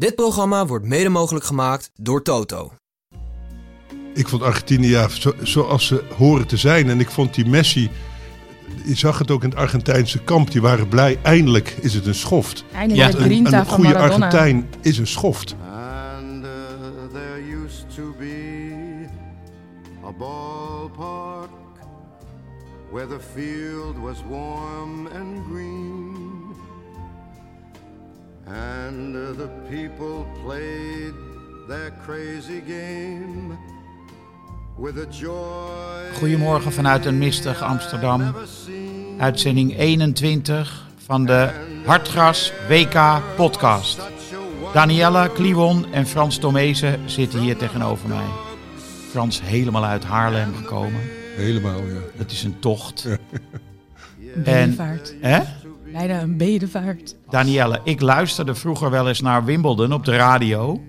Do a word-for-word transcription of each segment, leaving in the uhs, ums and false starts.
Dit programma wordt mede mogelijk gemaakt door Toto. Ik vond Argentinië ja, zo, zoals ze horen te zijn. En ik vond die Messi, je zag het ook in het Argentijnse kamp, die waren blij. Eindelijk is het een schoft. Eindelijk ja. de grinta een, een van goede Maradona. Argentijn is een schoft. And uh, there used to be a ballpark where the field was warm and green. And uh, the people played their crazy game with a joy. Goedemorgen vanuit een mistig Amsterdam. Uitzending eenentwintig van de Hartgras W K podcast. Danielle Kliwon en Frans Tomezen zitten hier tegenover mij. Frans helemaal uit Haarlem gekomen. Helemaal, ja. Het is een tocht. Ja. Een bedevaart. Hè? Bijna een bedevaart. Danielle, ik luisterde vroeger wel eens naar Wimbledon op de radio.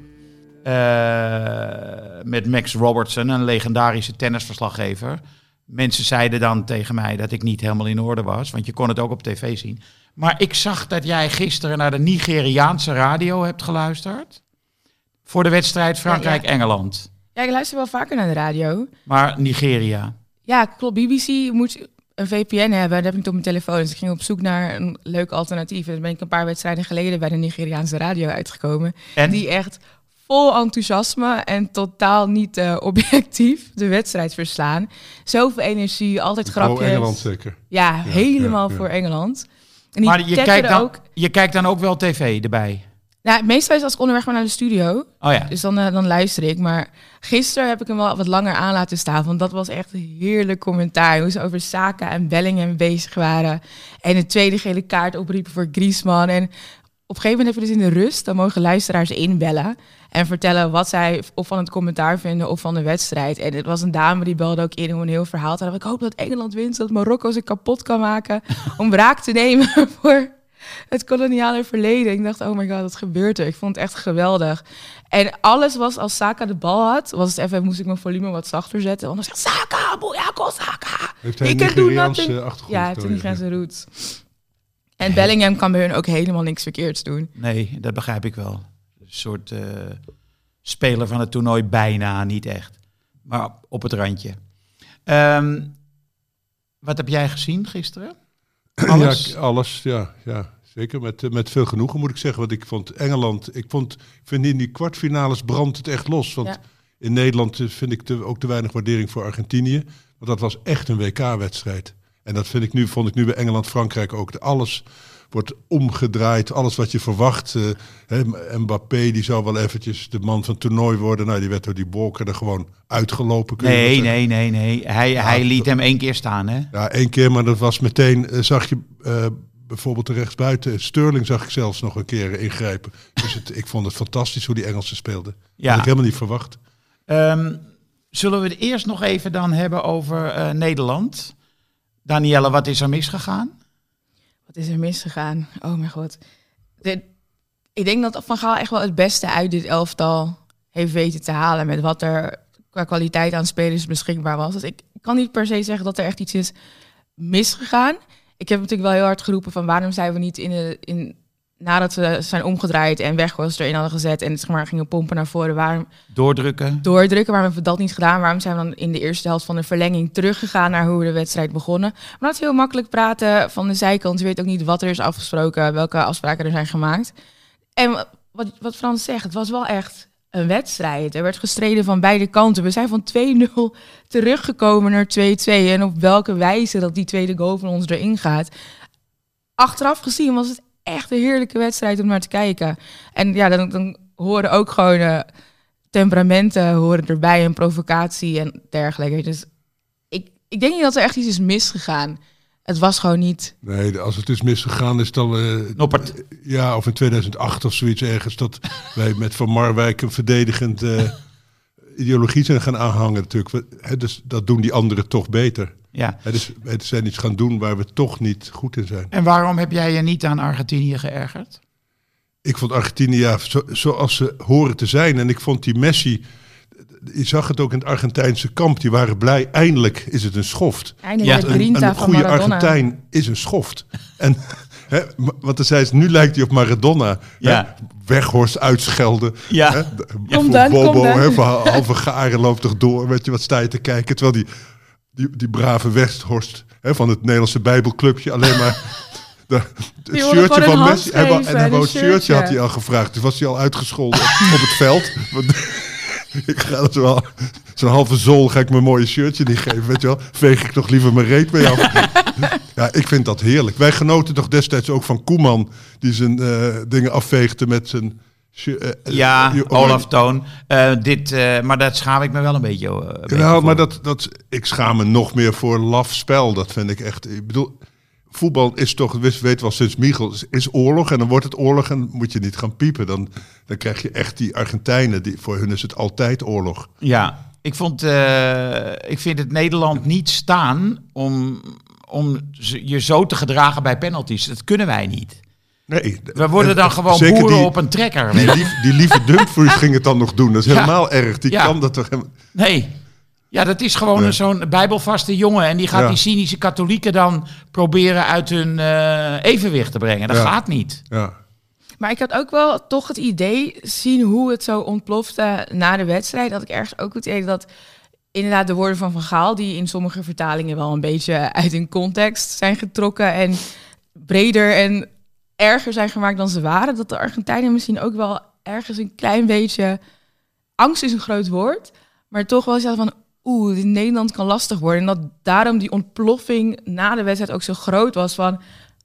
Uh, met Max Robertson, een legendarische tennisverslaggever. Mensen zeiden dan tegen mij dat ik niet helemaal in orde was, want je kon het ook op tv zien. Maar ik zag dat jij gisteren naar de Nigeriaanse radio hebt geluisterd. Voor de wedstrijd Frankrijk-Engeland. Ja, ik luister wel vaker naar de radio. Maar Nigeria. Ja, klopt. B B C moet een V P N hebben. Dat heb ik op mijn telefoon. Dus ik ging op zoek naar een leuk alternatief. En dan ben ik een paar wedstrijden geleden bij de Nigeriaanse radio uitgekomen. En? Die echt vol enthousiasme en totaal niet uh, objectief de wedstrijd verslaan. Zoveel energie, altijd grapjes. Voor Engeland zeker. Ja, Ja, helemaal ja, ja. voor Engeland. En die Maar je kijkt, dan, ook. je kijkt dan ook wel tv erbij? Nou, meestal is als ik onderweg ben naar de studio. Oh ja. Dus dan, uh, dan luister ik. Maar gisteren heb ik hem wel wat langer aan laten staan. Want dat was echt een heerlijk commentaar. Hoe ze over Saka en Bellingham bezig waren. En een tweede gele kaart opriepen voor Griezmann. En op een gegeven moment hebben we dus in de rust, dan mogen luisteraars inbellen en vertellen wat zij of van het commentaar vinden of van de wedstrijd. En het was een dame die belde ook in hoe een heel verhaal te hebben. Ik hoop dat Engeland wint, zodat Marokko zich kapot kan maken om wraak te nemen voor het koloniale verleden. Ik dacht, oh my god, wat gebeurt er? Ik vond het echt geweldig. En alles was, als Saka de bal had, was het even, moest ik mijn volume wat zachter zetten. Want dan zegt Saka, Boyako Saka. Heeft hij een Ik doe Nigeriaanse nothing. achtergrond? Ja, het is Nigeriaanse roots. En Bellingham kan bij hun ook helemaal niks verkeerds doen. Nee, dat begrijp ik wel. Een soort uh, speler van het toernooi bijna, niet echt. Maar op het randje. Um, wat heb jij gezien gisteren? Alles? Ja, alles, ja. ja. Zeker met, met veel genoegen moet ik zeggen. Want ik vond Engeland, ik vond, vind in die kwartfinales brandt het echt los. Want Ja. in Nederland vind ik te, ook te weinig waardering voor Argentinië. Want dat was echt een W K-wedstrijd. En dat vind ik nu, vond ik nu bij Engeland-Frankrijk ook. Alles wordt omgedraaid, alles wat je verwacht. Uh, hè, Mbappé, die zou wel eventjes de man van het toernooi worden. Nou, die werd door die Walker er gewoon uitgelopen. Kun je Nee, wel nee, nee, nee. Hij, Ja, hij liet dat- hem één keer staan, hè? Ja, één keer, maar dat was meteen, uh, zag je uh, bijvoorbeeld de rechtsbuiten. Sterling zag ik zelfs nog een keer ingrijpen. Dus het, ik vond het fantastisch hoe die Engelsen speelden. Dat Ja. had ik helemaal niet verwacht. Um, zullen we het eerst nog even dan hebben over uh, Nederland? Danielle, wat is er misgegaan? Wat is er misgegaan? Oh mijn god. De, ik denk dat Van Gaal echt wel het beste uit dit elftal heeft weten te halen. Met wat er qua kwaliteit aan spelers beschikbaar was. Dus ik kan niet per se zeggen dat er echt iets is misgegaan. Ik heb natuurlijk wel heel hard geroepen van waarom zijn we niet in de... In, nadat we zijn omgedraaid en Weghorst erin hadden gezet en zeg maar gingen pompen naar voren, waarom Doordrukken. doordrukken, waarom hebben we dat niet gedaan? Waarom zijn we dan in de eerste helft van de verlenging teruggegaan naar hoe we de wedstrijd begonnen? Maar dat is heel makkelijk praten van de zijkant. Je weet ook niet wat er is afgesproken, welke afspraken er zijn gemaakt. En wat, wat Frans zegt, het was wel echt een wedstrijd. Er werd gestreden van beide kanten. We zijn van twee nul teruggekomen naar twee-twee. En op welke wijze dat die tweede goal van ons erin gaat. Achteraf gezien was het echt een heerlijke wedstrijd om naar te kijken. En ja, dan, dan horen ook gewoon uh, temperamenten horen erbij en provocatie en dergelijke. Dus ik, ik denk niet dat er echt iets is misgegaan. Het was gewoon niet... Nee, als het is misgegaan is dan... Uh, Noppert. Ja, of in tweeduizend acht of zoiets ergens. Dat wij met Van Marwijk een verdedigend uh, ideologie zijn gaan aanhangen natuurlijk. He, dus dat doen die anderen toch beter. Ja. He, dus we zijn iets gaan doen waar we toch niet goed in zijn. En waarom heb jij je niet aan Argentinië geërgerd? Ik vond Argentinië ja, zo, zoals ze horen te zijn. En ik vond die Messi... Je zag het ook in het Argentijnse kamp. Die waren blij. Eindelijk is het een schoft. Eindelijk Ja, de grinta een, een van goede Maradona. Argentijn is een schoft. En Hè, want dan zei ze, nu lijkt hij op Maradona. Ja. Hè? Weghorst uitschelden. Ja. Hè? Kom Voor dan, Bobo, kom dan. hè, voor halve garen loopt toch door. Weet je, wat sta je te kijken? Terwijl die, die, die brave Weghorst hè, van het Nederlandse Bijbelclubje alleen maar... De, het wilde shirtje gewoon een van hand Messi. Hij wou, en geven, hij wou een het shirtje, shirtje. had hij al gevraagd. Dus was hij al uitgescholden op, op het veld. Want, ik ga dat wel, zo'n halve zool ga ik mijn mooie shirtje niet geven. Weet je wel, veeg ik toch liever mijn reet mee af. Ja, ik vind dat heerlijk. Wij genoten toch destijds ook van Koeman, die zijn uh, dingen afveegde met zijn... Uh, Ja, uh, Olaf Toon. Uh, dit, uh, maar dat schaam ik me wel een beetje. Uh, een beetje Nou, voor. maar dat, dat, ik schaam me nog meer voor laf spel. Dat vind ik echt... Ik bedoel, voetbal is toch, we weten wel sinds Michel, is oorlog. En dan wordt het oorlog en moet je niet gaan piepen. Dan, dan krijg je echt die Argentijnen. Die, voor hun is het altijd oorlog. Ja, ik, vond, uh, ik vind het Nederland niet staan om, om je zo te gedragen bij penalties. Dat kunnen wij niet. Nee, we worden dan gewoon zeker boeren die, op een trekker. Die, lief, die lieve Dumfries ging het dan nog doen. Dat is Ja. helemaal erg. Die Ja. kan dat toch helemaal... Nee. Ja, dat is gewoon Nee. zo'n bijbelvaste jongen. En die gaat Ja. die cynische katholieken dan proberen uit hun uh, evenwicht te brengen. Dat Ja. gaat niet. Ja. Maar ik had ook wel toch het idee, zien hoe het zo ontplofte na de wedstrijd, dat ik ergens ook het idee dat inderdaad de woorden van Van Gaal, die in sommige vertalingen wel een beetje uit hun context zijn getrokken en breder en erger zijn gemaakt dan ze waren, dat de Argentijnen misschien ook wel ergens een klein beetje, angst is een groot woord, maar toch wel zeggen van oeh, in Nederland kan lastig worden. En dat daarom die ontploffing na de wedstrijd ook zo groot was van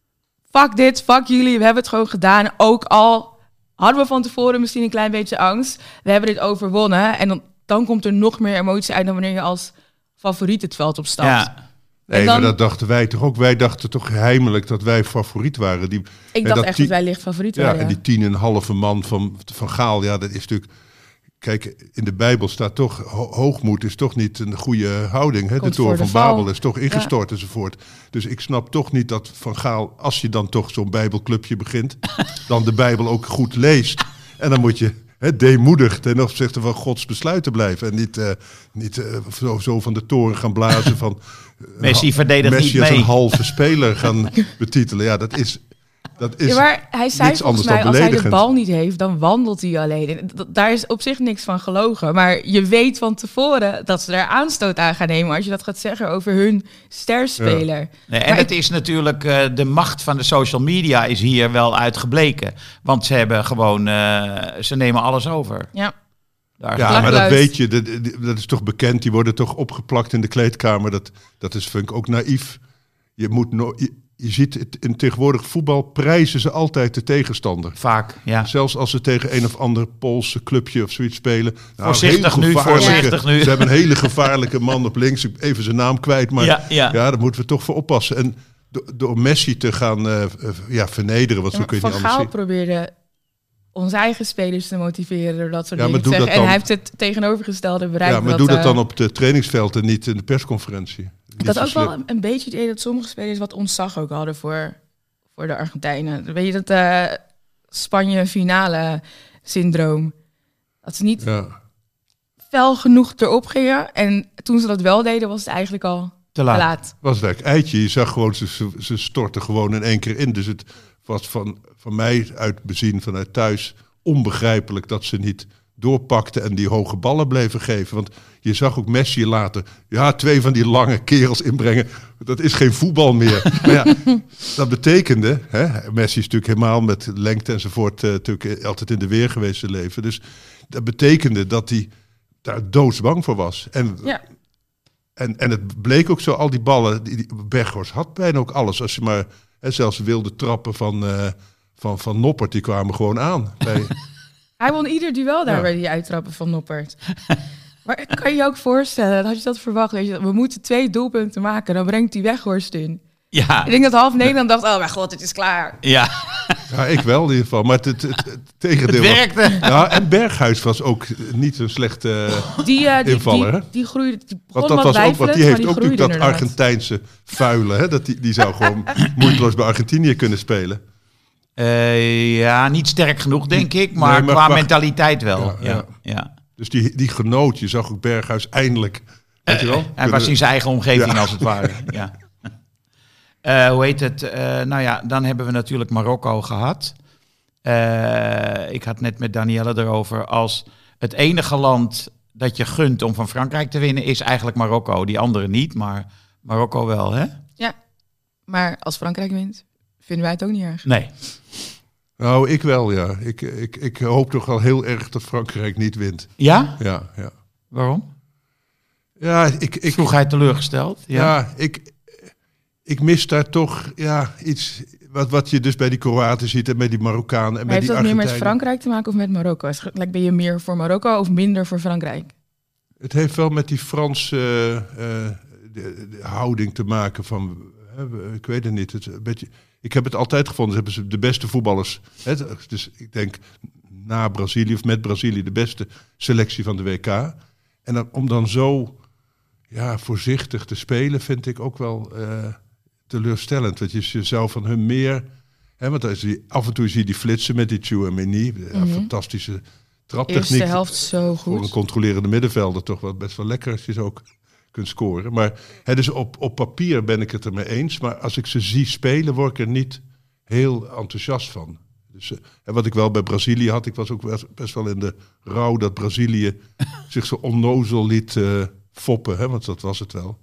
fuck dit, fuck jullie, we hebben het gewoon gedaan. Ook al hadden we van tevoren misschien een klein beetje angst, we hebben dit overwonnen. En dan, dan komt er nog meer emotie uit dan wanneer je als favoriet het veld opstapt. Ja. Nee, dan- maar dat dachten wij toch ook. Wij dachten toch heimelijk dat wij favoriet waren. Die, Ik en dacht dat echt die- dat wij licht favoriet Ja, waren. en die tien en een halve man van, van Gaal, ja, dat is natuurlijk... Kijk, in de Bijbel staat toch, ho- hoogmoed is toch niet een goede houding. Hè? De Komt toren voor van de val. Babel is toch ingestort enzovoort. Dus ik snap toch niet dat Van Gaal, als je dan toch zo'n Bijbelclubje begint, dan de Bijbel ook goed leest. En dan moet je hè, deemoedig ten opzichte van Gods besluiten blijven. En niet, uh, niet uh, zo, zo van de toren gaan blazen van... Messi verdedigt Messi niet als mee. een halve speler gaan betitelen. Ja, dat is... Dat is Ja, maar hij zei niks volgens anders mij, dan als hij de beledigend. bal niet heeft, dan wandelt hij alleen. En d- Daar is op zich niks van gelogen. Maar je weet van tevoren dat ze er aanstoot aan gaan nemen als je dat gaat zeggen over hun sterspeler. Nee, en Maar het ik- is natuurlijk, uh, de macht van de social media is hier wel uitgebleken. Want ze hebben gewoon, uh, ze nemen alles over. Ja. Daar Ja, maar dat Plakluis. weet je, dat, dat is toch bekend. Die worden toch opgeplakt in de kleedkamer. Dat, dat is, vind ik, ook naïef. Je moet no, je, je ziet het in tegenwoordig voetbal prijzen ze altijd de tegenstander. Vaak, ja. Zelfs als ze tegen een of ander Poolse clubje of zoiets spelen. Nou, Voorzichtig heel nu, gevaarlijke- voorzichtig nu. Ze hebben een hele gevaarlijke man op links. Even zijn naam kwijt, maar Ja, ja. ja, daar moeten we toch voor oppassen. En do, door Messi te gaan uh, ja, vernederen, want Ja, zo kun je Van het niet anders Gaal zien. probeerde onze eigen spelers te motiveren door dat soort Ja, dingen maar te doe zeggen. dat En dan- hij heeft het tegenovergestelde bereikt. Ja, maar wat, doe dat eh, dan op het trainingsveld en niet in de persconferentie. Ik Niet had ook zo wel slim. een, een beetje het idee dat sommige spelers wat ontzag ook hadden voor, voor de Argentijnen. Weet je, dat eh, Spanje-finale syndroom. Dat ze niet Ja. fel genoeg erop gingen. En toen ze dat wel deden, was het eigenlijk al Te te laat. laat. Was werk eitje. Je zag gewoon, ze, ze, ze stortten gewoon in één keer in. Dus het was van, van mij uit bezien vanuit thuis onbegrijpelijk dat ze niet doorpakten en die hoge ballen bleven geven. Want je zag ook Messi later, ja, twee van die lange kerels inbrengen. Dat is geen voetbal meer. Maar ja, dat betekende, hè, Messi is natuurlijk helemaal met lengte enzovoort uh, natuurlijk altijd in de weer geweest zijn leven. Dus dat betekende dat hij daar doodsbang voor was. En Ja. En, en het bleek ook zo, al die ballen, die, die Berghorst had bijna ook alles. Als je maar, hè, zelfs wilde trappen van, uh, van, van Noppert, die kwamen gewoon aan. Bij, Hij won ieder duel daar Ja. bij die uittrappen van Noppert. Maar kan je je ook voorstellen, had je dat verwacht? Weet je, we moeten twee doelpunten maken, dan brengt hij Weghorst in. Ja, Ik denk dat half Nederland dacht, oh mijn god, het is klaar. ja. ja, ik wel in ieder geval. Maar het, het, het, het tegendeel Het was- werkte. Ja, en Berghuis was ook niet een slechte... Die, eh, die, Invaller, hè? die, die groeide, die begon Want dat wat was ook, weifelend, want die maar heeft ook groeide natuurlijk dat inderdaad. Argentijnse vuile. Hè? Dat die, die zou gewoon moeiteloos bij Argentinië kunnen spelen. Uh, ja, niet sterk genoeg, denk ik. Maar, Nee, maar qua qua- mentaliteit wel. Ja, Ja, ja. ja. Dus die, die genoot, je zag ook Berghuis eindelijk. Weet je wel? Hij was in zijn eigen omgeving, Ja. als het ware. Ja. Uh, hoe heet het? Uh, nou ja, dan hebben we natuurlijk Marokko gehad. Uh, ik had net met Danielle erover. Als het enige land dat je gunt om van Frankrijk te winnen, is eigenlijk Marokko. Die andere niet, maar Marokko wel, hè? Ja, maar als Frankrijk wint, vinden wij het ook niet erg. Nee. Nou, ik wel, ja. Ik, ik, ik hoop toch wel heel erg dat Frankrijk niet wint. Ja? Ja, ja. Waarom? Ja, ik... ik Vroeg hij teleurgesteld? Ja, ja ik, ik mis daar toch ja, iets... Wat, wat je dus bij die Kroaten ziet en bij die Marokkanen en maar bij heeft die dat meer Argentijnen. met Frankrijk te maken of met Marokko? Like, ben je meer voor Marokko of minder voor Frankrijk? Het heeft wel met die Franse uh, de, de houding te maken van... Uh, ik weet het niet. Het, een beetje, ik heb het altijd gevonden. Ze hebben de beste voetballers. Hè? Dus ik denk na Brazilië of met Brazilië de beste selectie van de W K. En dan, om dan zo ja, voorzichtig te spelen vind ik ook wel... Uh, teleurstellend, want je, je zou van hun meer... Hè, want als je, af en toe zie je die flitsen met die Tchouaméni. Ja, mm-hmm. Fantastische traptechniek. Eerste helft zo goed. Voor een controlerende middenvelder toch wel best wel lekker als je zo ook kunt scoren. Maar hè, dus op, op papier ben ik het ermee eens. Maar als ik ze zie spelen, word ik er niet heel enthousiast van. Dus, uh, en wat ik wel bij Brazilië had, ik was ook best wel in de rouw dat Brazilië zich zo onnozel liet uh, foppen. Hè, want dat was het wel.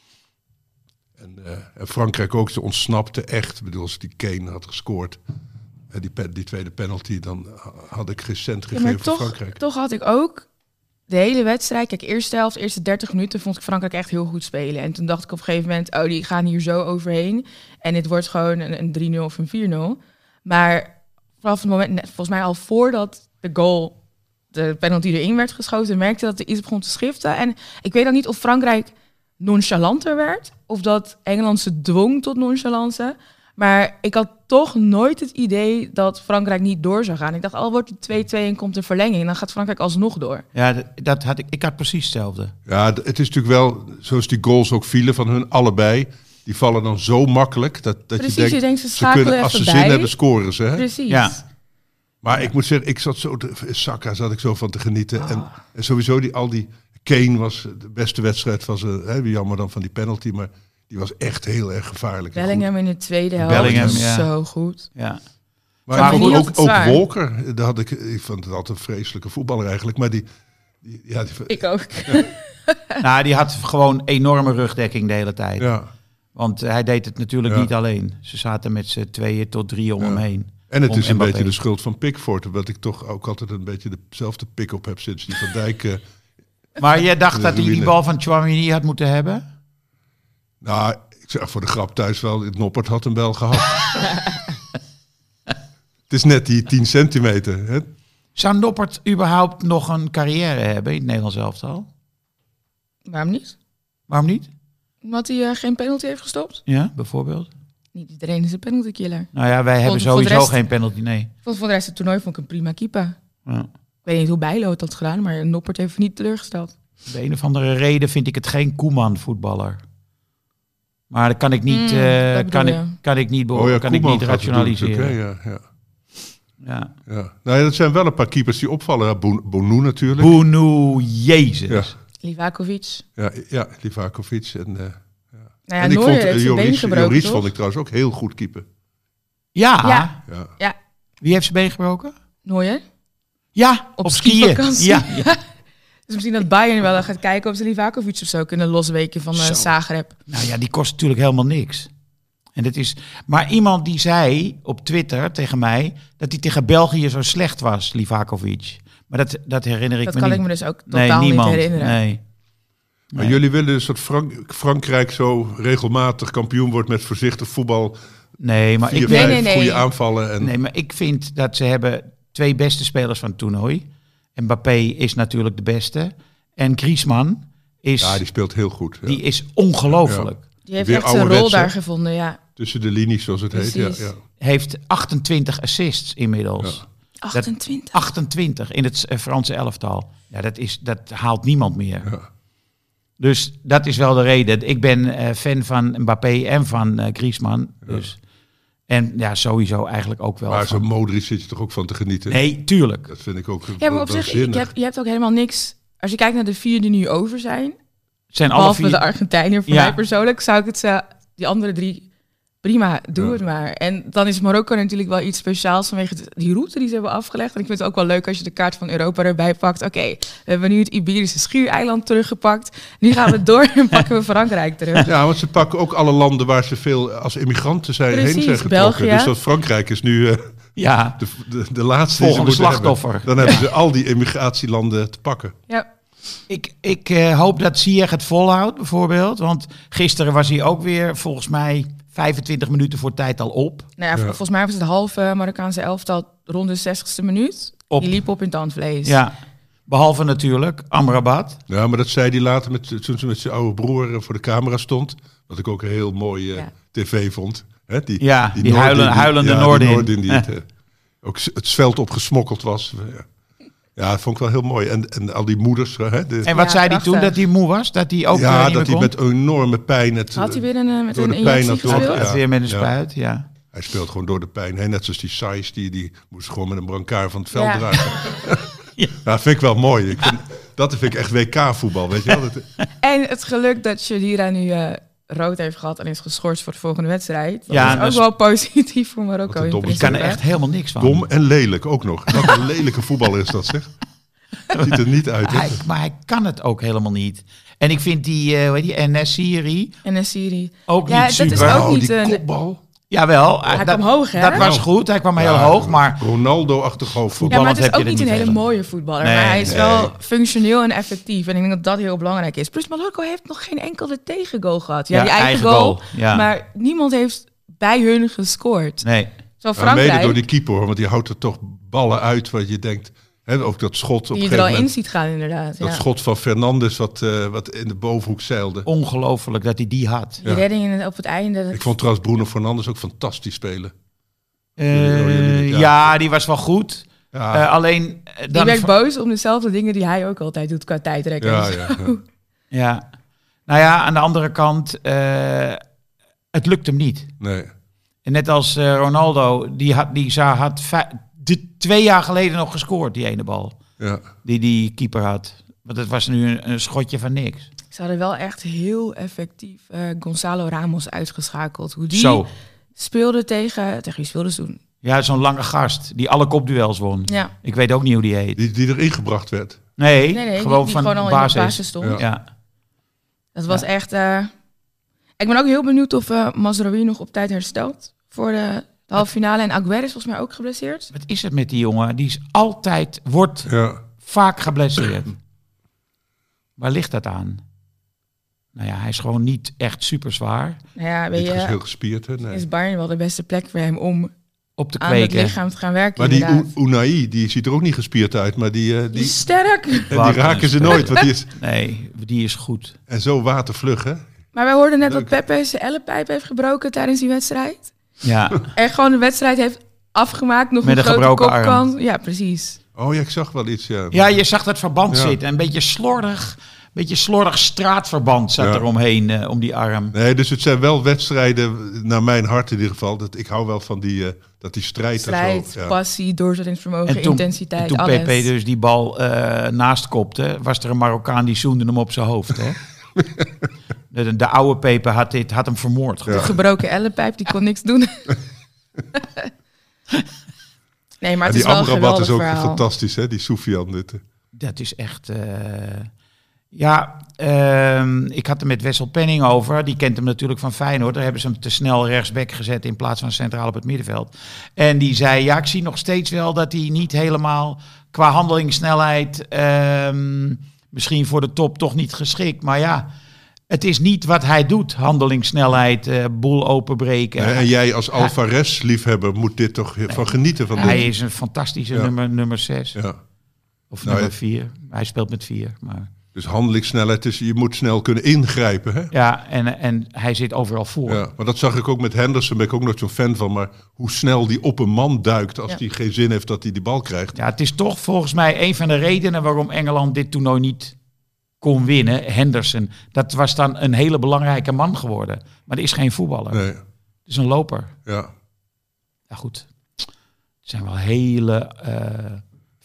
En, uh, en Frankrijk ook, ze ontsnapte echt. Ik bedoel, als die Kane had gescoord, uh, die, pe- die tweede penalty, dan had ik geen cent gegeven ja, maar voor toch, Frankrijk. Toch had ik ook de hele wedstrijd, kijk, eerste helft, eerste dertig minuten vond ik Frankrijk echt heel goed spelen. En toen dacht ik op een gegeven moment, oh, die gaan hier zo overheen. En dit wordt gewoon een, een drie nul of een vier nul. Maar vanaf het moment, volgens mij al voordat de goal, de penalty erin werd geschoten, merkte dat er iets begon te schiften. En ik weet dan niet of Frankrijk nonchalanter werd, of dat Engeland ze dwong tot nonchalance. Maar ik had toch nooit het idee dat Frankrijk niet door zou gaan. Ik dacht, al wordt het twee-twee en komt een verlenging, dan gaat Frankrijk alsnog door. Ja, dat, dat had ik. Ik had precies hetzelfde. Ja, het is natuurlijk wel, zoals die goals ook vielen van hun allebei, die vallen dan zo makkelijk dat, dat Precies, je denkt, je denkt, ze, ze kunnen, als ze bij. zin hebben, scoren ze. Hè? Precies. Ja. Maar ik moet zeggen, ik zat zo, te, Saka zat ik zo van te genieten. Oh. En, en sowieso die, al die, Kane was de beste wedstrijd van ze, hè, jammer dan van die penalty, maar die was echt heel erg gevaarlijk. Bellingham in de tweede helft Bellingham, was ja. zo goed. Ja. Maar, maar ook, ook, ook zwaar. Walker, daar had ik, ik vond het altijd een vreselijke voetballer eigenlijk, maar die... die, ja, die ik ook. Ja. Nou, die had gewoon enorme rugdekking de hele tijd. Ja. Want hij deed het natuurlijk ja. niet alleen. Ze zaten met z'n tweeën tot drie om ja. hem heen. En het om is een Mbappé. beetje de schuld van Pickford, wat ik toch ook altijd een beetje dezelfde pick-up heb sinds die Van Dijk... Uh, maar jij dacht dat hij die ruïne. bal van Tchouaméni had moeten hebben? Nou, ik zeg voor de grap thuis wel, het Noppert had hem wel gehad. Het is net die tien centimeter. Hè? Zou Noppert überhaupt nog een carrière hebben in het Nederlands elftal? Waarom niet? Waarom niet? Omdat hij uh, geen penalty heeft gestopt? Ja, bijvoorbeeld. Niet iedereen is een penalty killer. Nou ja, wij hebben voor de sowieso rest- geen penalty, nee. Voor, voor de rest het toernooi vond ik een prima keeper. Ja. Ik weet niet hoe Bijlo het had gedaan, maar Noppert heeft niet teleurgesteld. De een of andere reden vind ik het geen Koeman voetballer. Maar dat kan ik niet, Mm, uh, dat kan, ik, bedoel je. kan ik niet, be- Oh ja, kan ik Koeman niet gaat het doen rationaliseren. natuurlijk, hè, ja, ja. Ja. Ja. Nou ja, dat zijn wel een paar keepers die opvallen. Ja, Bon- Bonu natuurlijk. Boenu, Jezus. Ja, Livakovic. ja, ja Livakovic. En, uh, Nou ja, en ik Neuer vond heeft uh, zijn been Joris, gebroken, Joris toch? vond ik trouwens ook heel goed keeper. Ja. Ja. Ja. Ja, Wie heeft zijn been gebroken? Neuer. Ja, Op op, skiën. skivakantie. Ja, ja. Dus misschien dat Bayern wel gaat kijken of ze Livakovic of zo kunnen losweken van uh, Zo. Zagreb. Nou ja, die kost natuurlijk helemaal niks. En dat is, maar iemand die zei op Twitter tegen mij dat hij tegen België zo slecht was, Livakovic. Maar dat, dat herinner ik Dat me kan niet. ik me dus ook nee, totaal niemand. niet herinneren. Nee. Maar Nee. jullie willen dus dat Frank- Frankrijk zo regelmatig kampioen wordt met voorzichtig voetbal. Nee, maar Vier, ik, Nee, vijf nee, nee. goede aanvallen. En, nee, maar ik vind dat ze hebben twee beste spelers van het toernooi. Mbappé is natuurlijk de beste. En Griezmann is, Ja, die speelt heel goed. Ja. die is ongelooflijk. Die heeft Weer echt zijn rol ouderwets, hè? daar gevonden, ja. Tussen de linies, zoals het heet. Ja, Precies. ja. Heeft achtentwintig assists inmiddels. Ja. achtentwintig. achtentwintig in het eh, Franse elftal. Ja, dat, is, dat haalt niemand meer. Ja. Dus dat is wel de reden. Ik ben eh, fan van Mbappé en van eh, Griezmann. Dus. En ja, sowieso eigenlijk ook wel. Maar van- zo'n Modric zit je toch ook van te genieten? Nee, tuurlijk. Dat vind ik ook Ja, maar op zich, je waanzinnig. hebt, je hebt ook helemaal niks... Als je kijkt naar de vier die nu over zijn, Het zijn alle behalve vier... de Argentijnen, voor Ja. mij persoonlijk, zou ik het ze, die andere drie prima, doe Ja. het maar. En dan is Marokko natuurlijk wel iets speciaals vanwege die route die ze hebben afgelegd. En ik vind het ook wel leuk als je de kaart van Europa erbij pakt. Oké, okay, we hebben nu het Iberische schiereiland teruggepakt. Nu gaan we door en pakken we Frankrijk terug. Ja, want ze pakken ook alle landen waar ze veel als immigranten zijn, Precies, heen zijn getrokken. België. Dus dat Frankrijk is nu uh, Ja, de, de, de laatste volgende die ze moeten slachtoffer. hebben. Dan hebben ze al die emigratielanden te pakken. Ja. Ik, ik uh, hoop dat Ziyech het volhoudt bijvoorbeeld. Want gisteren was hij ook weer volgens mij vijfentwintig minuten voor tijd al op. Nou ja, Ja. volgens mij was het halve Marokkaanse elftal rond de zestigste minuut. Op. Die liep op in tandvlees. Ja, behalve natuurlijk Amrabat. Ja, maar dat zei hij later met, toen ze met zijn oude broer uh, voor de camera stond. Wat ik ook een heel mooi uh, Ja. tv vond. Hè, die Ja, die Noordin, huilen- huilende ja, Noordin. Die Noordin die het, uh, ook s- het veld opgesmokkeld was. Ja. Ja, dat vond ik wel heel mooi. En, en al die moeders. Hè, de, En wat Ja, zei hij prachtig. toen? Dat hij moe was? Dat hij ook eh, ja, niet dat meer hij kon? met enorme pijn... Het, Had hij weer een, uh, met door een de pijn injectie naartoe. gespeeld? Ja. Weer met een Ja. spuit, ja. Hij speelt gewoon door de pijn heen. Net zoals die Saiz, die, die moest gewoon met een brancard van het veld Ja. dragen. Ja. Ja, dat vind ik wel mooi. Ik vind, dat vind ik echt W K-voetbal, weet je wel. Dat, En het geluk dat Shadira nu uh, rood heeft gehad en is geschorst voor de volgende wedstrijd. Dat Ja, is dat ook is- wel positief voor Marokko. Wat een in domme Ik kan er principe. echt helemaal niks van. dom en lelijk ook nog. Wat een lelijke voetballer is dat, zeg. Ziet er niet uit, hè? Hij, maar hij kan het ook helemaal niet. En ik vind die, uh, hoe heet die En-Nesyri En een Syrië. ook Ja, niet dat is super. ook Oh, niet, die eh, kopbal. Jawel, Hij dat, kwam hoog, hè? dat was goed. Hij kwam heel Ja, hoog, maar Ronaldo-achtig hoofdvoetbal. Ja, maar het is heb je ook er niet niet een hele veel. mooie voetballer. Nee, maar hij is nee. wel functioneel en effectief. En ik denk dat dat heel belangrijk is. Plus Marokko heeft nog geen enkele tegengoal gehad. Ja, Ja, die eigen, eigen goal. goal, ja. Maar niemand heeft bij hun gescoord. nee. Zo Maar Frankrijk, mede door die keeper, hoor, want die houdt er toch ballen uit wat je denkt. Hè, ook dat schot op die een je er gegeven al in moment. ziet gaan inderdaad. Dat Ja. schot van Fernandes wat, uh, wat in de bovenhoek zeilde. Ongelooflijk dat hij die had. Die Ja. redding in het- op het einde. dat- Ik vond trouwens Bruno Fernandes ook fantastisch spelen. Uh, jullie- ja. ja, die was wel goed. Ja, Uh, alleen uh, Die dan werd boos om dezelfde dingen die hij ook altijd doet qua tijdrekken. ja, ja, ja. ja. Nou ja, aan de andere kant, uh, het lukt hem niet. Nee. En net als uh, Ronaldo, die had, die za- had vij- de, twee jaar geleden nog gescoord, die ene bal. Ja. Die die keeper had. Want het was nu een, een schotje van niks. Ze hadden wel echt heel effectief uh, Gonzalo Ramos uitgeschakeld. Hoe die Zo. speelde tegen... Tegen wie speelde ze toen? Ja, zo'n lange gast die alle kopduels won. Ja. Ik weet ook niet hoe die heet. Die, die erin gebracht werd. Nee, Nee, nee, gewoon die, die van gewoon al basis. in de basis stond. Ja. Ja. Dat was Ja. echt... Uh... Ik ben ook heel benieuwd of uh, Mazraoui nog op tijd herstelt voor de, de halve finale. En Aguero is volgens mij ook geblesseerd. Wat is het met die jongen? Die is altijd, wordt Ja. vaak geblesseerd. Waar ligt dat aan? Nou ja, hij is gewoon niet echt super zwaar Nou ja, weet Niet ges- je, heel gespierd, hè? Nee. is Bayern wel de beste plek voor hem om op te aan het kweken. lichaam te gaan werken. Maar die inderdaad. U- Unai, die ziet er ook niet gespierd uit. Maar die, uh, Die die, is sterk. en die Wat raken een ze nooit. Want die is, Nee, die is goed. en zo watervlug, hè? Maar wij hoorden net Leuk. dat Pepe zijn ellepijp heeft gebroken tijdens die wedstrijd. Ja, En gewoon de wedstrijd heeft afgemaakt. Nog Met een een grote gebroken kopkans. Ja, precies. Oh ja, ik zag wel iets, ja. ja je zag dat verband Ja. zitten. Een beetje slordig, beetje slordig straatverband zat Ja. er omheen, uh, om die arm. Nee, dus het zijn wel wedstrijden, naar mijn hart in ieder geval. Dat, ik hou wel van die, uh, dat die strijd, Strijd, en zo. Ja. passie, doorzettingsvermogen, En toen, intensiteit, en toen alles. Pepe dus die bal uh, naast kopte, was er een Marokkaan die zoende hem op zijn hoofd. Hè? de, de oude Pepe had, dit, had hem vermoord. Ja. De gebroken ellepijp, die kon niks doen. Nee, maar En het die is wel een Amrabat is geweldig ook verhaal. fantastisch, hè? Die Soufiane. Dit. Dat is echt... Uh... Ja, uh, ik had er met Wessel Penning over. Die kent hem natuurlijk van Feyenoord. Daar hebben ze hem te snel rechtsback gezet in plaats van centraal op het middenveld. En die zei, ja, ik zie nog steeds wel dat hij niet helemaal qua handelingssnelheid... Uh, misschien voor de top toch niet geschikt. Maar ja, het is niet wat hij doet. Handelingssnelheid, uh, boel openbreken. Ja, en jij als Alvarez-liefhebber moet dit toch van nee. genieten van Hij dit. is een fantastische ja. nummer, nummer zes. Ja. Of nou, nummer vier. Hij speelt met vier, maar... Dus handelingssnelheid, dus je moet snel kunnen ingrijpen. Hè? Ja, en, en hij zit overal voor. Ja, maar dat zag ik ook met Henderson, ben ik ook nooit zo'n fan van. Maar hoe snel die op een man duikt als Ja. hij geen zin heeft dat hij die bal krijgt. Ja, het is toch volgens mij een van de redenen waarom Engeland dit toernooi niet kon winnen. Henderson, dat was dan een hele belangrijke man geworden. Maar er is geen voetballer. Nee, Het is een loper. ja. Ja goed, het zijn wel hele uh,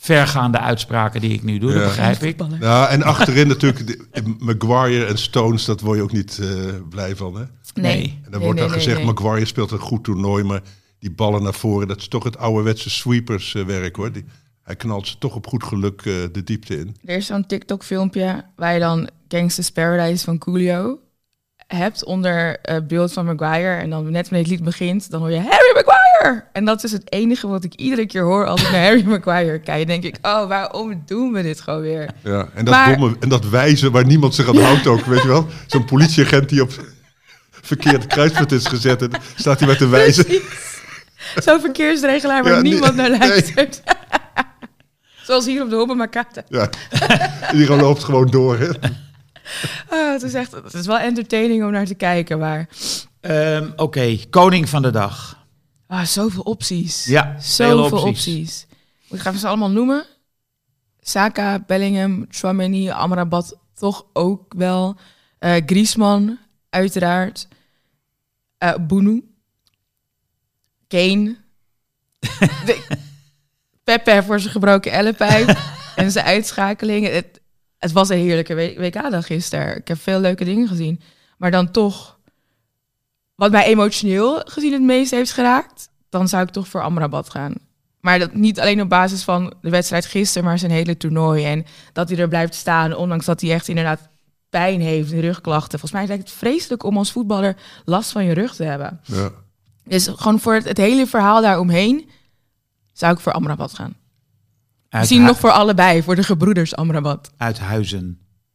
vergaande uitspraken die ik nu doe, Ja. dat begrijp ik. Ja, en achterin natuurlijk de, Maguire en Stones, dat word je ook niet uh, blij van. Hè? Nee. Nee. En dan Nee, wordt nee, dan nee, gezegd, nee. Maguire speelt een goed toernooi, maar die ballen naar voren, dat is toch het ouderwetse sweeperswerk hoor. Die, hij knalt ze toch op goed geluk uh, de diepte in. Er is zo'n TikTok-filmpje waar je dan Gangsta's Paradise van Coolio hebt onder uh, beeld van Maguire. En dan net wanneer het lied begint, dan hoor je Harry Maguire! En dat is het enige wat ik iedere keer hoor als ik naar Harry Maguire kijk. Dan denk ik, oh, waarom doen we dit gewoon weer? Ja, en dat Maar- domme, en dat wijzen waar niemand zich aan houdt ook, weet je wel. Zo'n politieagent die op verkeerd kruispunt is gezet en staat hij met te wijzen. Precies. Zo'n verkeersregelaar waar Ja, nee, niemand naar nee. luistert. Zoals hier op de Hobbe Makata. Ja, die gewoon loopt gewoon door. Hè? Oh, het is echt, het is wel entertaining om naar te kijken, maar Um, Oké, okay. Koning van de dag. ah, zoveel opties. Ja, Zoveel vele opties. opties. Ik ga ze allemaal noemen. Saka, Bellingham, Tchouaméni, Amrabat toch ook wel. Uh, Griezmann, uiteraard. Uh, Bounou. Kane. De, Pepe voor zijn gebroken ellepijp. En zijn uitschakeling. Het, het was een heerlijke W K-dag gisteren. Ik heb veel leuke dingen gezien. Maar dan toch, wat mij emotioneel gezien het meest heeft geraakt, dan zou ik toch voor Amrabat gaan. Maar dat niet alleen op basis van de wedstrijd gisteren, maar zijn hele toernooi. En dat hij er blijft staan, ondanks dat hij echt inderdaad pijn heeft, rugklachten. Volgens mij lijkt het vreselijk om als voetballer last van je rug te hebben. Ja. Dus gewoon voor het, het hele verhaal daaromheen zou ik voor Amrabat gaan. Uit Misschien hu- nog voor allebei, voor de gebroeders Amrabat. Uit Huizen.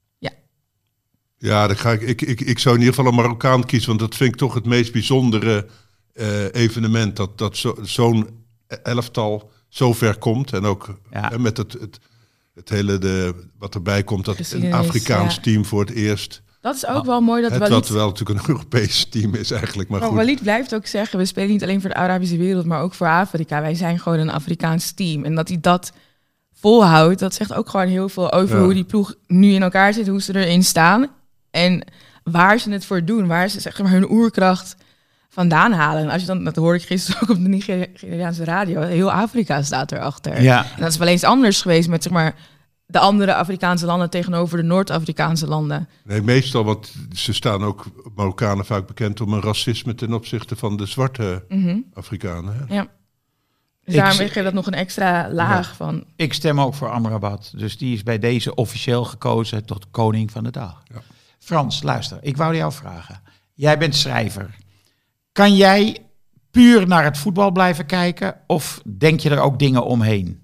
Ja, dan ga ik, ik, ik, ik zou in ieder geval een Marokkaan kiezen, want dat vind ik toch het meest bijzondere uh, evenement. Dat, dat zo, zo'n elftal zo ver komt. En ook Ja. hè, met het, het, het hele de, wat erbij komt, dat een Geschiedenis, Afrikaans ja. team voor het eerst. Dat is ook wel mooi dat Het Walid... wat wel natuurlijk een Europees team is eigenlijk, maar Maar goed. Walid blijft ook zeggen, we spelen niet alleen voor de Arabische wereld, maar ook voor Afrika. Wij zijn gewoon een Afrikaans team. En dat hij dat volhoudt, dat zegt ook gewoon heel veel over Ja. hoe die ploeg nu in elkaar zit, hoe ze erin staan. En waar ze het voor doen, waar ze zeg maar hun oerkracht vandaan halen. En als je dan, dat hoorde ik gisteren ook op de Nigeriaanse radio, heel Afrika staat erachter. Ja. En dat is wel eens anders geweest met zeg maar de andere Afrikaanse landen tegenover de Noord-Afrikaanse landen. Nee, meestal, want ze staan ook, Marokkanen vaak bekend om een racisme ten opzichte van de zwarte Mhm. Afrikanen. Hè? Ja. Dus Ik daarom z- geef je dat nog een extra laag van. Ik stem ook voor Amrabat. Dus die is bij deze officieel gekozen tot koning van de dag. Ja. Frans, luister. Ik wou jou vragen. Jij bent schrijver. Kan jij puur naar het voetbal blijven kijken? Of denk je er ook dingen omheen?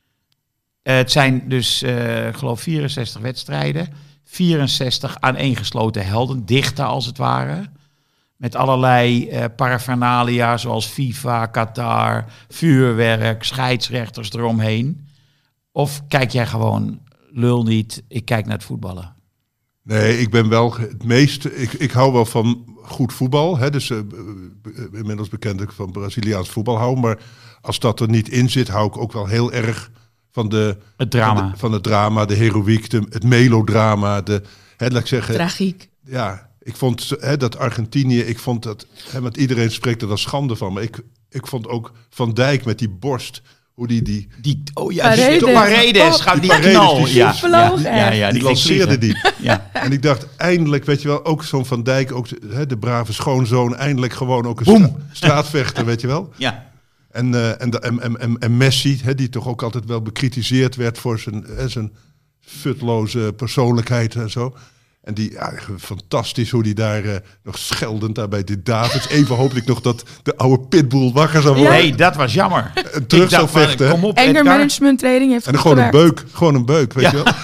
Uh, het zijn dus, uh, ik geloof, vierenzestig wedstrijden. vierenzestig aaneengesloten helden. Dichte als het ware. Met allerlei uh, paraphernalia zoals FIFA, Qatar, vuurwerk, scheidsrechters eromheen. Of kijk jij gewoon, lul niet, ik kijk naar het voetballen? Nee, ik ben wel het meest. Ik, ik hou wel van goed voetbal. Hè, dus uh, inmiddels bekend dat ik van Braziliaans voetbal hou. Maar als dat er niet in zit, hou ik ook wel heel erg van de Het drama. Van, de, van het drama, de heroïek, de, het melodrama, de. Hè, laat ik zeggen. Tragiek. Ja, ik vond hè, dat Argentinië. Ik vond dat. Hè, want iedereen spreekt er dan schande van. Maar ik, ik vond ook Van Dijk met die borst. Hoe die die. Die, oh ja, Paredes. die Paredes, Oh, gaat die, die Paredes, knal. die ja, vloog ja, er. ja, ja, die ging lanceerde vliegen. die. Ja. En ik dacht, eindelijk, weet je wel, ook zo'n Van Dijk, ook hè, de brave schoonzoon, eindelijk gewoon ook een Boem. stra- straatvechter, weet je wel. Ja. En, uh, en, de, en, en, en, en Messi, hè, die toch ook altijd wel bekritiseerd werd voor zijn, hè, zijn futloze persoonlijkheid en zo. En die, ja, fantastisch hoe die daar uh, nog scheldend daar bij de Davids. Even hoopte ik nog dat de oude pitbull wakker zou worden. Nee, dat was jammer. En terug Ik zou dacht, maar, vechten. hè. kom op, Anger Edgar. management training heeft En dan goed gewoon een gewerkt. beuk, gewoon een beuk, weet Ja. je wel.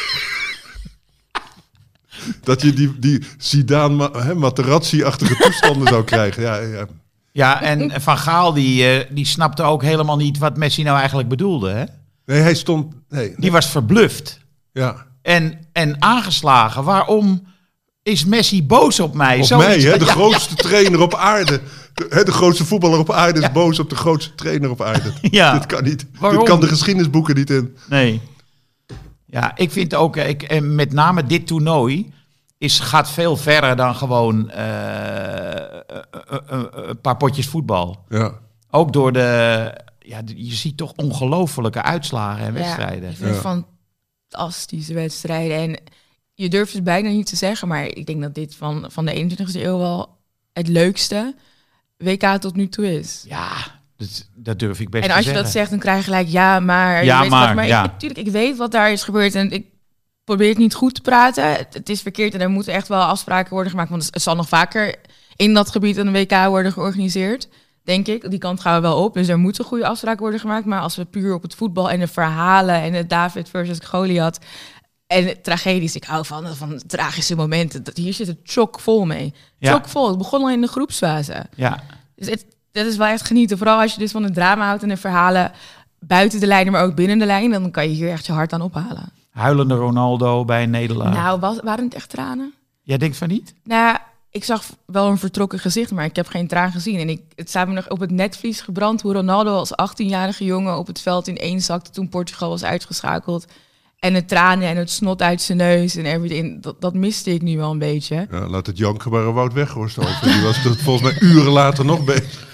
Dat je die, die Zidane, ma- hè, Materazzi-achtige toestanden zou krijgen. Ja, ja. Ja, en Van Gaal die, uh, die snapte ook helemaal niet wat Messi nou eigenlijk bedoelde. Hè? Nee, hij stond... Nee, nee. Die was verbluft Ja. en, en aangeslagen. Waarom is Messi boos op mij? Op Zoiets mij, hè, van- de ja, grootste trainer op aarde. De, hè, de grootste voetballer op aarde is boos op de grootste trainer op aarde. Ja. Dit kan niet. Waarom? Dit kan de geschiedenisboeken niet in. Nee. Ja, ik vind ook, eh, ik, en met name dit toernooi is, gaat veel verder dan gewoon uh, uh, uh, uh, een paar potjes voetbal. Ja. Ook door de, ja, je ziet toch ongelofelijke uitslagen en wedstrijden. Ja, ik vind het Ja. fantastische wedstrijden. En je durft het bijna niet te zeggen, maar ik denk dat dit van, van de eenentwintigste eeuw wel het leukste W K tot nu toe is. Ja, dat, dat durf ik best En te als je zeggen. dat zegt, dan krijg je gelijk ja, maar. Ja, je weet maar, wat, maar ja. ik, natuurlijk, ik weet wat daar is gebeurd en ik probeer het niet goed te praten. Het, het is verkeerd en er moeten echt wel afspraken worden gemaakt, want het zal nog vaker in dat gebied een W K worden georganiseerd, denk ik. Die kant gaan we wel op, dus er moeten goede afspraken worden gemaakt. Maar als we puur op het voetbal en de verhalen en het David versus Goliath en de tragedies, ik hou van, van de tragische momenten. Dat, hier zit het chockvol mee. Ja. Chockvol. Het begon al in de groepsfase. Ja, Dus het, dat is wel echt genieten. Vooral als je dus van het drama houdt en de verhalen buiten de lijnen, maar ook binnen de lijn. Dan kan je hier echt je hart aan ophalen. huilende Ronaldo bij een nederlaag. Nou, was, waren het echt tranen? Jij denkt van niet? Nou, ik zag wel een vertrokken gezicht, maar ik heb geen traan gezien. En ik, het staat me nog op het netvlies gebrand hoe Ronaldo als achttienjarige jongen op het veld ineenzakte toen Portugal was uitgeschakeld. En de tranen en het snot uit zijn neus en everything. Dat, dat miste ik nu wel een beetje. Ja, laat het janken maar een Wout Weghorst over. Die was er volgens mij uren later nog bezig.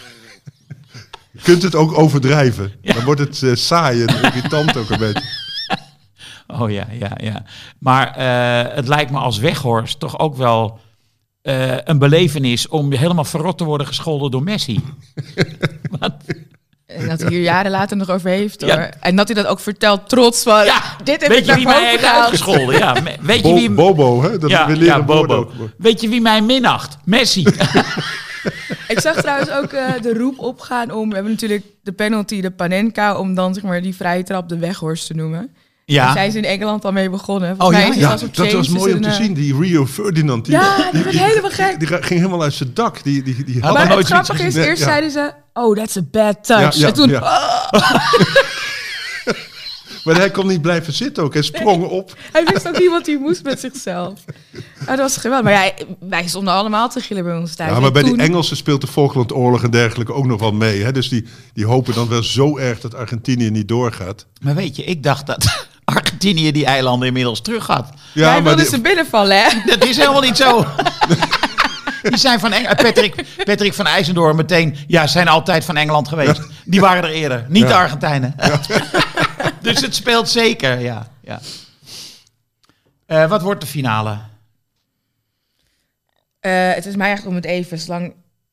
Je kunt het ook overdrijven. Dan wordt het uh, saai en irritant ook een beetje. Oh ja, ja, ja. Maar uh, het lijkt me als Weghorst toch ook wel uh, een belevenis om helemaal verrot te worden gescholden door Messi. Want, En dat hij hier jaren later nog over heeft. Hoor. Ja. En dat hij dat ook vertelt trots van, ja, dit heb weet ik je naar wie mij boven heeft gehaald. uitgescholden? Ja, me- weet je Bo- wie... Bobo, hè? Dat ja, we leren ja, woorden Bobo. ook. Weet je wie mij minacht? Messi. Ik zag trouwens ook uh, de roep opgaan om... We hebben natuurlijk de penalty, de Panenka... om dan zeg maar die vrije trap de Weghorst te noemen. Daar Ja, zijn ze in Engeland al mee begonnen. Oh, Volgens mij ja? is het Ja, als op dat was James, mooi is om te een, uh, zien. Die Rio Ferdinand. Die, Ja, die werd helemaal gek. Die, die ging helemaal uit zijn dak. Die, die, die had Maar Maar er het nooit zoiets grappige is, gezien. eerst Ja. zeiden ze... Oh, that's a bad touch. Ja, ja, en toen... ja. oh, Maar hij kon niet blijven zitten ook. Hij sprong op. hij wist ook niet wat hij moest met zichzelf. Ja, dat was geweldig. Maar ja, wij stonden allemaal te gillen bij ons thuis. Ja, maar En bij toen- die Engelsen speelt de Falklandoorlog en dergelijke ook nog wel mee. Hè? Dus die, die hopen dan wel zo erg dat Argentinië niet doorgaat. maar weet je, ik dacht dat Argentinië die eilanden inmiddels terug had. Ja, hij wilde die- ze binnenvallen, hè? Dat is helemaal niet zo. Die zijn van Eng- Patrick, Patrick van IJsendoorn meteen, ja, zijn altijd van Engeland geweest. Die waren er eerder, niet Ja. de Argentijnen. Dus het speelt zeker, ja. ja. Uh, wat wordt de finale? Uh, het is mij eigenlijk om het even, zolang...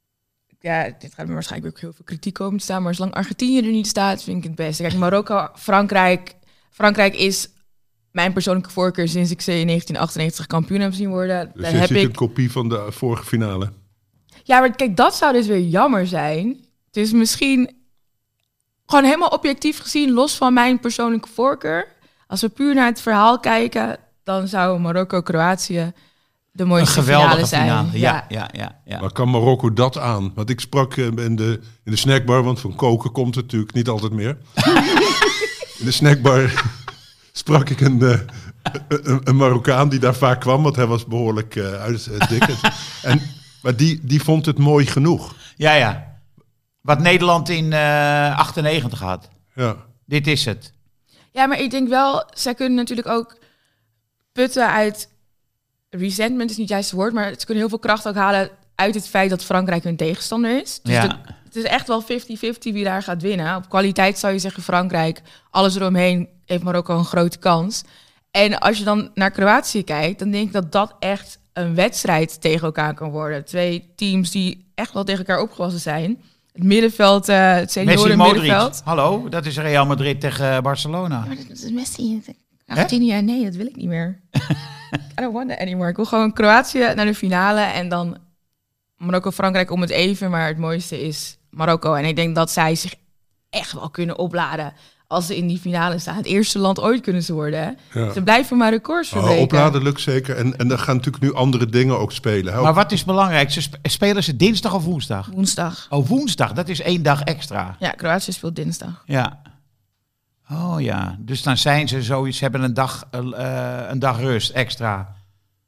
Ja, dit gaat me waarschijnlijk ook heel veel kritiek komen te staan, maar zolang Argentinië er niet staat, vind ik het beste. Kijk, Marokko, Frankrijk... Frankrijk is mijn persoonlijke voorkeur sinds ik ze in negentien achtennegentig kampioen heb zien worden. Dus Daar je heb ziet ik... een kopie van de vorige finale. Ja, maar kijk, dat zou dus weer jammer zijn. Dus misschien gewoon helemaal objectief gezien, los van mijn persoonlijke voorkeur. Als we puur naar het verhaal kijken, dan zou Marokko-Kroatië de Een mooiste geweldige finale zijn. finale. Ja, ja, ja. ja. Maar kan Marokko dat aan? Want ik sprak eh, in de, in de snackbar, want van koken komt het natuurlijk niet altijd meer. In de snackbar sprak ik een, uh, een, een Marokkaan die daar vaak kwam, want hij was behoorlijk uh, uit uh, dik. en, maar die, die vond het mooi genoeg. Ja, ja. Wat Nederland in uh, achtennegentig had. Ja. Dit is het. Ja, maar ik denk wel, zij kunnen natuurlijk ook putten uit... Resentment is niet juist het woord, maar ze kunnen heel veel kracht ook halen uit het feit dat Frankrijk hun tegenstander is. Dus Ja. de, het is echt wel vijftig vijftig wie daar gaat winnen. Op kwaliteit zou je zeggen Frankrijk, alles eromheen heeft Marokko een grote kans. En als je dan naar Kroatië kijkt, dan denk ik dat dat echt een wedstrijd tegen elkaar kan worden. Twee teams die echt wel tegen elkaar opgewassen zijn. Het middenveld, uh, het Messi, senioren Modric. middenveld. Hallo, dat is Real Madrid tegen Barcelona. Maar dat is Messi. achttien jaar, nee, dat wil ik niet meer. I don't want that anymore. Ik wil gewoon Kroatië naar de finale en dan Marokko-Frankrijk om het even. Maar het mooiste is Marokko. En ik denk dat zij zich echt wel kunnen opladen als ze in die finale staan. Het eerste land ooit kunnen ze worden. Hè? Ja. Ze blijven maar records verbreken. Oh, opladen lukt zeker. En, en er gaan natuurlijk nu andere dingen ook spelen. Hè? Maar wat is belangrijk? Ze sp- spelen ze dinsdag of woensdag? Woensdag. Oh, woensdag. Dat is één dag extra. Ja, Kroatië speelt dinsdag. Ja. Oh ja. Dus dan zijn ze zoiets, hebben een dag, uh, een dag rust extra.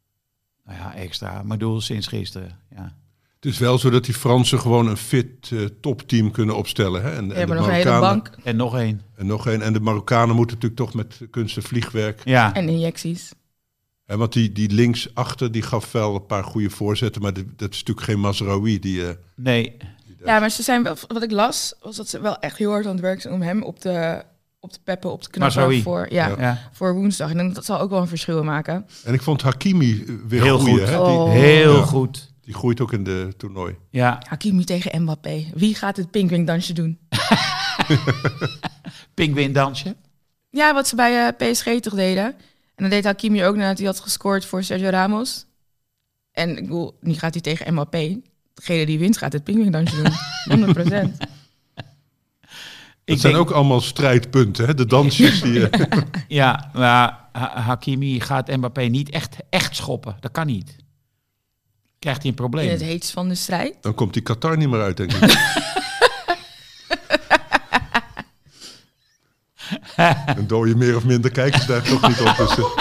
Nou ja, extra. Maar ik bedoel, sinds gisteren. Ja. Het is wel zo dat die Fransen gewoon een fit uh, topteam kunnen opstellen. Hè? En, We en hebben de nog een hele Marokkanen- bank En nog één. En nog één. En de Marokkanen moeten natuurlijk toch met kunst en vliegwerk. Ja. en injecties. Hè, want die, die linksachter die gaf wel een paar goede voorzetten. Maar dit- dat is natuurlijk geen Mazraoui. Die, uh, Nee. die Ja, maar ze zijn wel, wat ik las, was dat ze wel echt heel hard aan het werk zijn om hem op de, op de peppen, op de knappen voor, ja, Ja. Ja. voor woensdag. En dat zal ook wel een verschil maken. En ik vond Hakimi weer Heel goeie, goed. Hè? Oh. Die, Heel ja, goed. die groeit ook in de toernooi. Ja, Hakimi tegen Mbappé. Wie gaat het pingwingdansje doen? pinguïndansje. Ja, wat ze bij uh, P S G toch deden. En dan deed Hakimi ook nadat hij had gescoord voor Sergio Ramos. En ik bedoel, nu gaat hij tegen Mbappé. Degene die wint gaat het pingwingdansje doen. honderd procent. Dat Ik zijn denk- ook allemaal strijdpunten, hè? De dansjes die... eh, Ja, maar Ha- Hakimi gaat Mbappé niet echt, echt schoppen. Dat kan niet. Krijgt hij een In het probleem. heetst van de strijd. dan komt die Qatar niet meer uit, denk ik. Een dode meer of minder kijkers daar toch niet op. Dus, eh.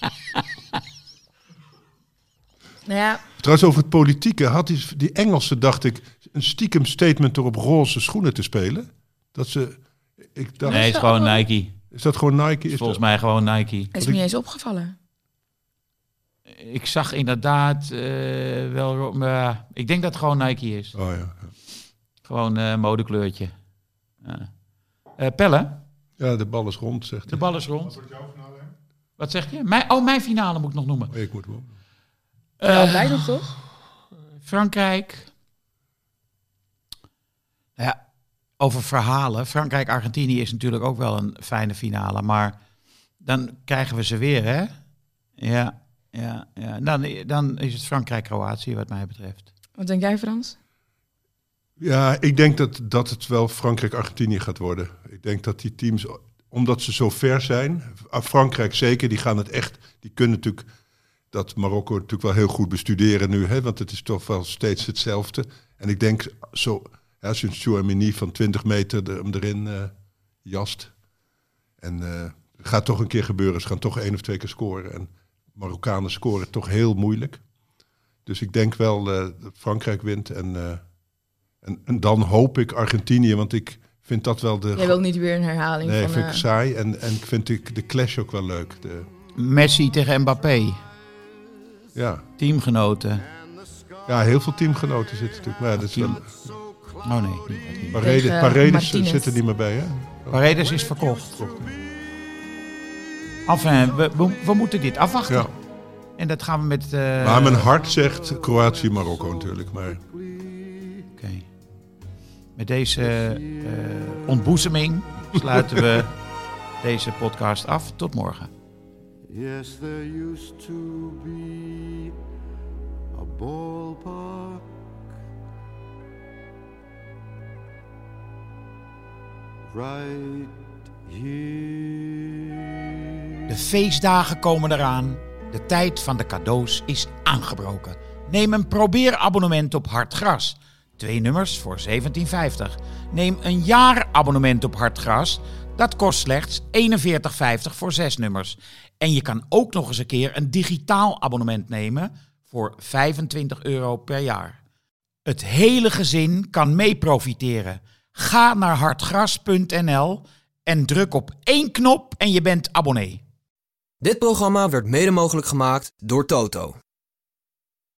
Nou ja, Trouwens, over het politieke had die, die Engelsen, dacht ik, een stiekem statement door op roze schoenen te spelen. Dat ze, ik dacht, Nee, het is gewoon Nike. is dat gewoon Nike? Is Volgens dat, mij gewoon Nike. is me niet eens opgevallen. Ik zag inderdaad eh, wel... Uh, ik denk dat het gewoon Nike is. Oh ja. Gewoon uh, modekleurtje. Ja. Uh, Pelle, Ja, de bal is rond, zegt de hij. bal is rond. Wat zeg je? Mijn, oh, mijn finale moet ik nog noemen. Oh, ik moet wel. Ja, Uh, wij nog toch? Frankrijk. Nou ja, over verhalen. Frankrijk-Argentinië is natuurlijk ook wel een fijne finale. Maar dan krijgen we ze weer, hè? Ja, ja, ja. Dan, dan is het Frankrijk-Kroatië wat mij betreft. Wat denk jij, Frans? Ja, ik denk dat, dat het wel Frankrijk-Argentinië gaat worden. Ik denk dat die teams, omdat ze zo ver zijn, Frankrijk zeker, die gaan het echt, die kunnen natuurlijk dat Marokko natuurlijk wel heel goed bestuderen nu, hè, want het is toch wel steeds hetzelfde. En ik denk zo, ja, sinds Chouameni van twintig meter er, hem erin uh, jast. En uh, het gaat toch een keer gebeuren, ze gaan toch één of twee keer scoren. En Marokkanen scoren toch heel moeilijk. Dus ik denk wel uh, dat Frankrijk wint en... Uh, En, en dan hoop ik Argentinië, want ik vind dat wel de... Jij wil niet weer een herhaling Nee, van... vind ik uh, saai. En, en ik vind ik de clash ook wel leuk. De, Messi tegen Mbappé. ja. Teamgenoten. ja, heel veel teamgenoten zitten natuurlijk. Maar ja, dat is wel, Oh nee, niet bij team. Paredes, Tegen Paredes Martinez. zit er niet meer bij, hè? Paredes is verkocht. Enfin, we, we, we moeten dit afwachten. Ja. En dat gaan we met... Uh, Maar mijn hart zegt Kroatië, Marokko natuurlijk. Maar Oké. Met deze uh, ontboezeming sluiten we deze podcast af. Tot morgen. Yes, there used to be a ballpark right here. De feestdagen komen eraan. De tijd van de cadeaus is aangebroken. Neem een probeerabonnement op Hartgras. Twee nummers voor zeventien vijftig. Neem een jaarabonnement op Hartgras. Dat kost slechts eenenveertig vijftig voor zes nummers. En je kan ook nog eens een keer een digitaal abonnement nemen voor vijfentwintig euro per jaar. Het hele gezin kan mee profiteren. Ga naar hartgras punt n l en druk op één knop en je bent abonnee. Dit programma werd mede mogelijk gemaakt door Toto.